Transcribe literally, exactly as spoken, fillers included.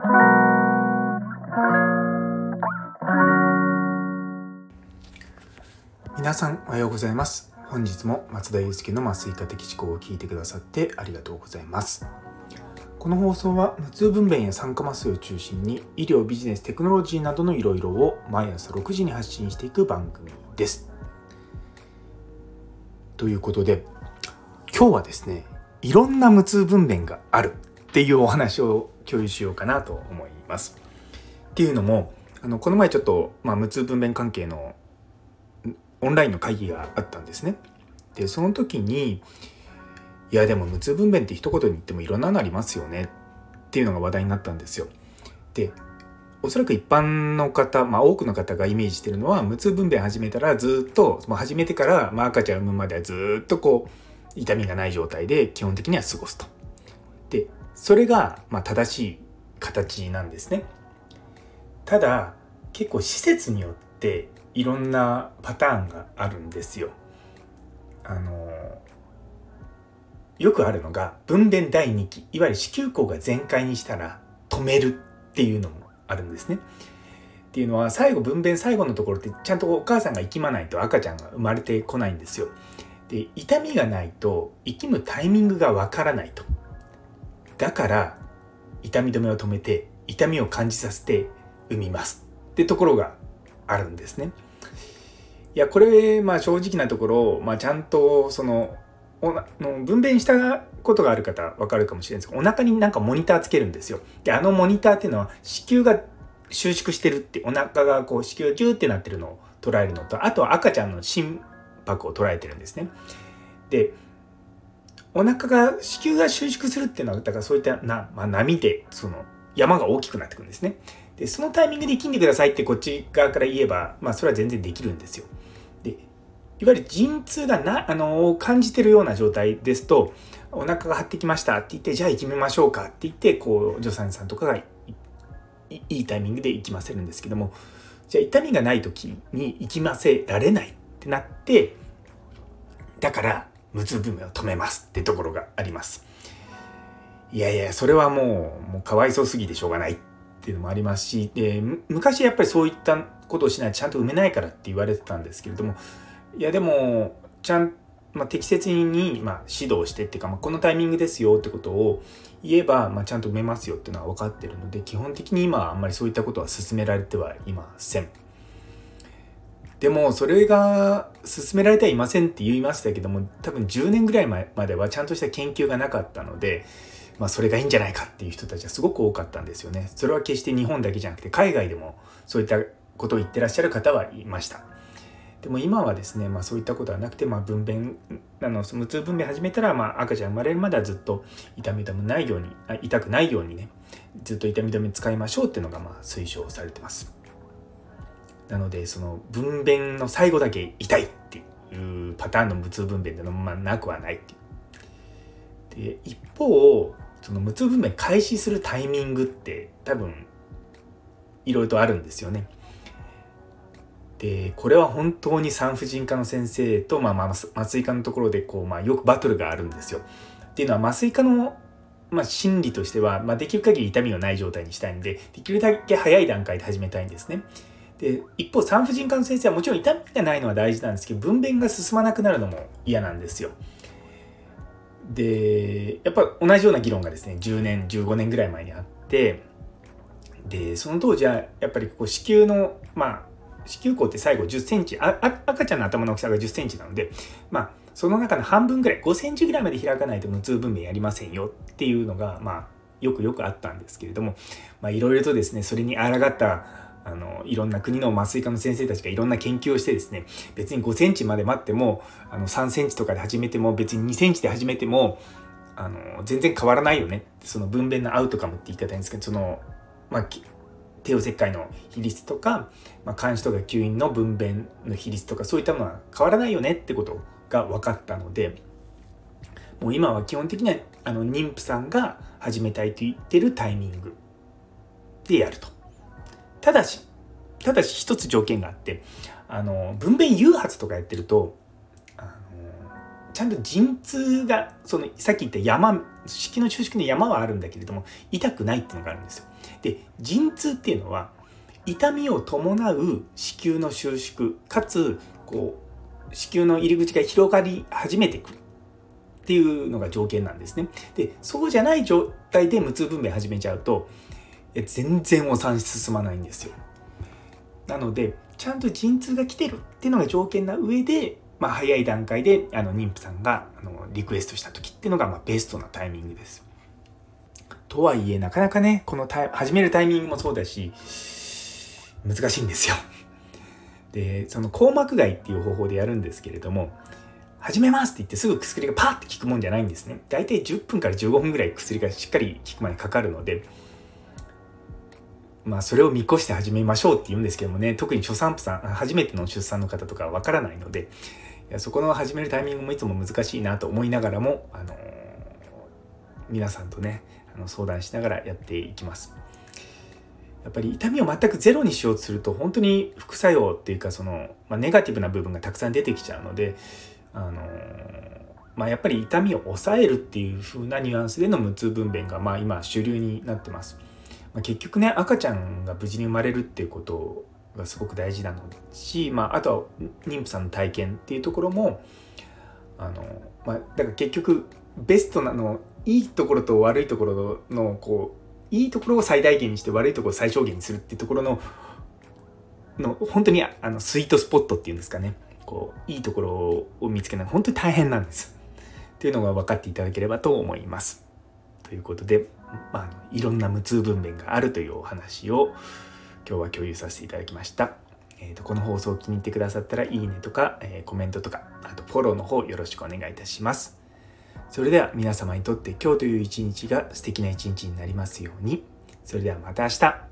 皆さんおはようございます。本日も松田祐介の麻酔科的思考を聞いてくださってありがとうございます。この放送は無痛分娩や酸化麻酔を中心に医療、ビジネス、テクノロジーなどのいろいろを毎朝ろくじに発信していく番組です。ということで今日はですね、いろんな無痛分娩があるっていうお話を共有しようかなと思います。っていうのもあのこの前ちょっと、まあ、無痛分娩関係のオンラインの会議があったんですね。でその時にいやでも無痛分娩って一言に言ってもいろんなのありますよねっていうのが話題になったんですよ。でおそらく一般の方、まあ、多くの方がイメージしているのは無痛分娩始めたらずっともう始めてから、まあ、赤ちゃん産むまではずっとこう痛みがない状態で基本的には過ごすと。でそれがまあ正しい形なんですね。ただ結構施設によっていろんなパターンがあるんですよ。あのよくあるのが分娩だいにき、いわゆる子宮口が全開にしたら止めるっていうのもあるんですね。っていうのは最後分娩最後のところってちゃんとお母さんが生きまないと赤ちゃんが生まれてこないんですよ。で痛みがないと生きむタイミングがわからないと。だから痛み止めを止めて痛みを感じさせて産みますってところがあるんですね。いやこれまあ正直なところ、まあ、ちゃんとそのおなの分娩したことがある方分かるかもしれないですけど、お腹になんかモニターつけるんですよ。であのモニターっていうのは子宮が収縮してるって、お腹がこう子宮ギューってなってるのを捉えるのと、あとは赤ちゃんの心拍を捉えてるんですね。でお腹が子宮が収縮するっていうのはだからそういったな、まあ、波でその山が大きくなってくるんですね。でそのタイミングで生きんでくださいってこっち側から言えば、まあ、それは全然できるんですよ。でいわゆる陣痛がなあの感じてるような状態ですと、お腹が張ってきましたって言って、じゃあ行きましょうかって言ってこう助産師さんとかがいいいタイミングで行きませるんですけども、じゃあ痛みがない時に行きませられないってなって、だから無痛分娩を止めますってところがあります。いやいやそれはもう、もうかわいそうすぎてしょうがないっていうのもありますし、で昔やっぱりそういったことをしないとちゃんと産めないからって言われてたんですけれども、いやでもちゃん、まあ、適切に、まあ、指導してっていうか、まあ、このタイミングですよってことを言えば、まあ、ちゃんと産めますよっていうのは分かってるので、基本的に今はあんまりそういったことは進められてはいません。でもそれが進められてはいませんって言いましたけども、多分じゅうねんぐらい前まではちゃんとした研究がなかったので、まあ、それがいいんじゃないかっていう人たちはすごく多かったんですよね。それは決して日本だけじゃなくて海外でもそういったことを言ってらっしゃる方はいました。でも今はですね、まあ、そういったことはなくて、まあ、分娩あの無痛分娩始めたら、まあ、赤ちゃん生まれるまではずっと痛み止めないように痛くないようにね、ずっと痛み止め使いましょうっていうのがまあ推奨されてます。なのでその分娩の最後だけ痛いっていうパターンの無痛分娩っていうのもまあなくはないっていう。で一方その無痛分娩開始するタイミングって多分いろいろとあるんですよね。でこれは本当に産婦人科の先生と、まあ、麻酔科のところでこう、まあ、よくバトルがあるんですよ。っていうのは麻酔科の、まあ、心理としては、まあ、できる限り痛みがない状態にしたいんで、できるだけ早い段階で始めたいんですね。で一方産婦人科の先生はもちろん痛みがないのは大事なんですけど、分娩が進まなくなるのも嫌なんですよ。でやっぱ同じような議論がですねじゅうねんじゅうごねんぐらい前にあって、でその当時はやっぱりこう子宮のまあ子宮口って最後じゅっセンチ、ああ赤ちゃんの頭の大きさがじゅっセンチなので、まあその中の半分ぐらいごセンチぐらいまで開かないと無痛分娩やりませんよっていうのがまあよくよくあったんですけれども、まあいろいろとですねそれに抗ったあのいろんな国の麻酔科の先生たちがいろんな研究をしてですね、別にごセンチまで待ってもあのさんセンチとかで始めても別ににセンチで始めてもあの全然変わらないよね、その分娩のアウトカムって言い方なんですけど、そのまあ帝王切開の比率とか、まあ、監視とか吸引の分娩の比率とかそういったものは変わらないよねってことが分かったので、もう今は基本的にはあの妊婦さんが始めたいと言ってるタイミングでやると。ただしただし一つ条件があって、あの分娩誘発とかやってるとあのちゃんと陣痛が、そのさっき言った山、子宮の収縮の山はあるんだけれども痛くないっていうのがあるんですよ。で、陣痛っていうのは痛みを伴う子宮の収縮かつこう子宮の入り口が広がり始めてくるっていうのが条件なんですね。で、そうじゃない状態で無痛分娩始めちゃうと全然お産進まないんですよ。なのでちゃんと陣痛が来てるっていうのが条件な上で、まあ、早い段階であの妊婦さんがあのリクエストした時っていうのがまあベストなタイミングです。とはいえなかなかね、このタイ始めるタイミングもそうだし難しいんですよ。で、その硬膜外っていう方法でやるんですけれども、始めますって言ってすぐ薬がパーって効くもんじゃないんですね。だいたいじゅっぷんからじゅうごふんぐらい薬がしっかり効くまでかかるので、まあそれを見越して始めましょうって言うんですけどもね、特に初産婦さん、初めての出産の方とかはわからないので、いやそこの始めるタイミングもいつも難しいなと思いながらも、あのー、皆さんとねあの相談しながらやっていきます。やっぱり痛みを全くゼロにしようとすると本当に副作用っていうかその、まあ、ネガティブな部分がたくさん出てきちゃうので、あのーまあ、やっぱり痛みを抑えるっていう風なニュアンスでの無痛分娩がまあ今主流になってます。まあ、結局ね、赤ちゃんが無事に生まれるっていうことがすごく大事なのし、まあ、あとは妊婦さんの体験っていうところもあの、まあ、だから結局ベストなのいいところと悪いところのこういいところを最大限にして悪いところを最小限にするっていうところのの本当にあのスイートスポットっていうんですかね、こういいところを見つけるのが本当に大変なんですっていうのが分かっていただければと思います。ということで、まあ、いろんな無痛分娩があるというお話を今日は共有させていただきました。えーと、この放送を気に入ってくださったらいいねとか、えー、コメントとか、あとフォローの方よろしくお願いいたします。それでは皆様にとって今日という一日が素敵な一日になりますように。それではまた明日。